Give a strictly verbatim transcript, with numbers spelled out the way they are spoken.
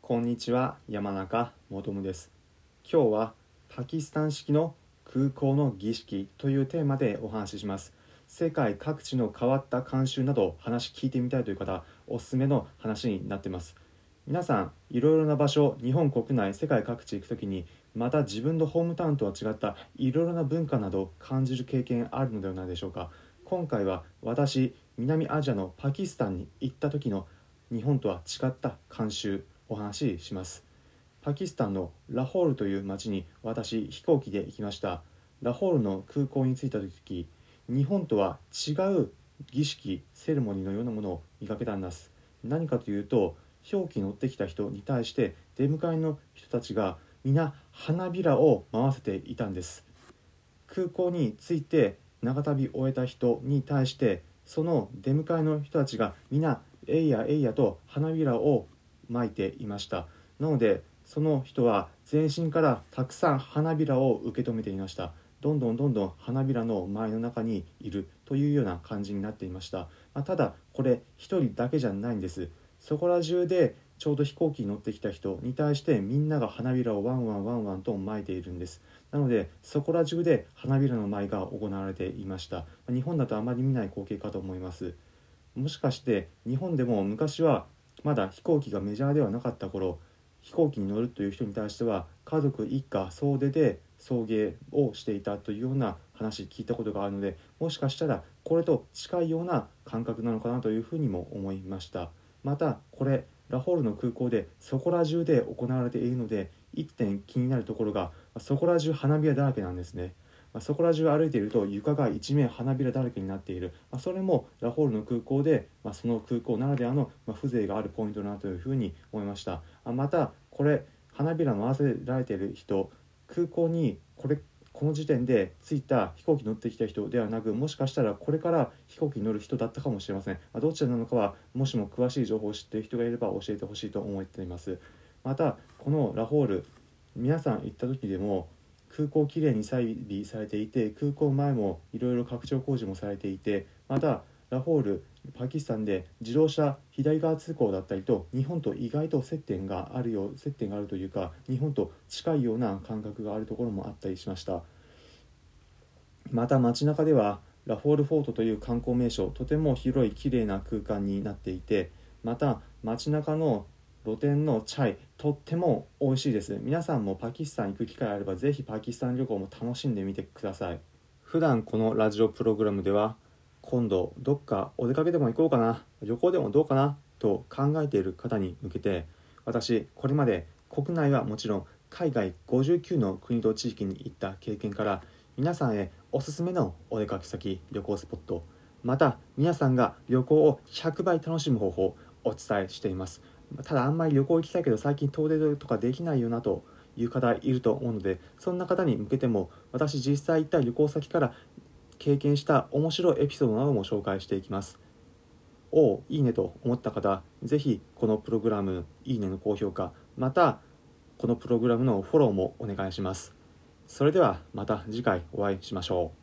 こんにちは、山中もとむです。今日はパキスタン式の空港の儀式というテーマでお話しします。世界各地の変わった慣習など話聞いてみたいという方、おすすめの話になっています。皆さん、いろいろな場所、日本国内、世界各地行くときに、また自分のホームタウンとは違ったいろいろな文化などを感じる経験あるのではないでしょうか。今回は私、南アジアのパキスタンに行った時の日本とは違った慣習、お話しします。パキスタンのラホールという町に私飛行機で行きました。ラホールの空港に着いた時、日本とは違う儀式、セレモニーのようなものを見かけたんです。何かというと、飛行機に乗ってきた人に対して出迎えの人たちが皆花びらを回せていたんです。空港に着いて長旅を終えた人に対してその出迎えの人たちが皆えいやえいやと花びらをまいていました。なのでその人は全身からたくさん花びらを受け止めていました。どんどんどんどん花びらの前の中にいるというような感じになっていました。まあ、ただこれ一人だけじゃないんです。そこら中でちょうど飛行機に乗ってきた人に対してみんなが花びらをワンワンワンワンと撒いているんです。なのでそこら中で花びらの舞が行われていました。日本だとあまり見ない光景かと思います。もしかして日本でも昔はまだ飛行機がメジャーではなかった頃、飛行機に乗るという人に対しては家族一家総出で送迎をしていたというような話聞いたことがあるので、もしかしたらこれと近いような感覚なのかなというふうにも思いました。またこれラホールの空港でそこら中で行われているので、一点気になるところがそこら中花びらだらけなんですね。そこら中歩いていると床が一面花びらだらけになっている。それもラホールの空港でその空港ならではの風情があるポイントだなというふうに思いました。またこれ花びら回せられている人、空港にこれこの時点で着いた飛行機に乗ってきた人ではなく、もしかしたらこれから飛行機に乗る人だったかもしれません。どちらなのかはもしも詳しい情報を知っている人がいれば教えてほしいと思っています。またこのラホール、皆さん行った時でも空港きれいに整備されていて、空港前もいろいろ拡張工事もされていて、またラホールパキスタンで自動車左側通行だったりと日本と意外と接点があるよ接点があるというか、日本と近いような感覚があるところもあったりしました。また街中ではラフォールフォートという観光名所、とても広いきれいな空間になっていて、また街中の露店のチャイ、とっても美味しいです。皆さんもパキスタン行く機会あればぜひパキスタン旅行も楽しんでみてください。普段このラジオプログラムでは、今度どっかお出かけでも行こうかな、旅行でもどうかなと考えている方に向けて、私これまで国内はもちろん海外ごじゅうきゅうの国と地域に行った経験から、皆さんへおすすめのお出かけ先、旅行スポット、また皆さんが旅行をひゃくばい楽しむ方法をお伝えしています。ただあんまり旅行行きたいけど最近遠出とかできないよなという方いると思うので、そんな方に向けても私実際行った旅行先から経験した面白いエピソードなども紹介していきます。おお、いいねと思った方、ぜひこのプログラムいいねの高評価、またこのプログラムのフォローもお願いします。それではまた次回お会いしましょう。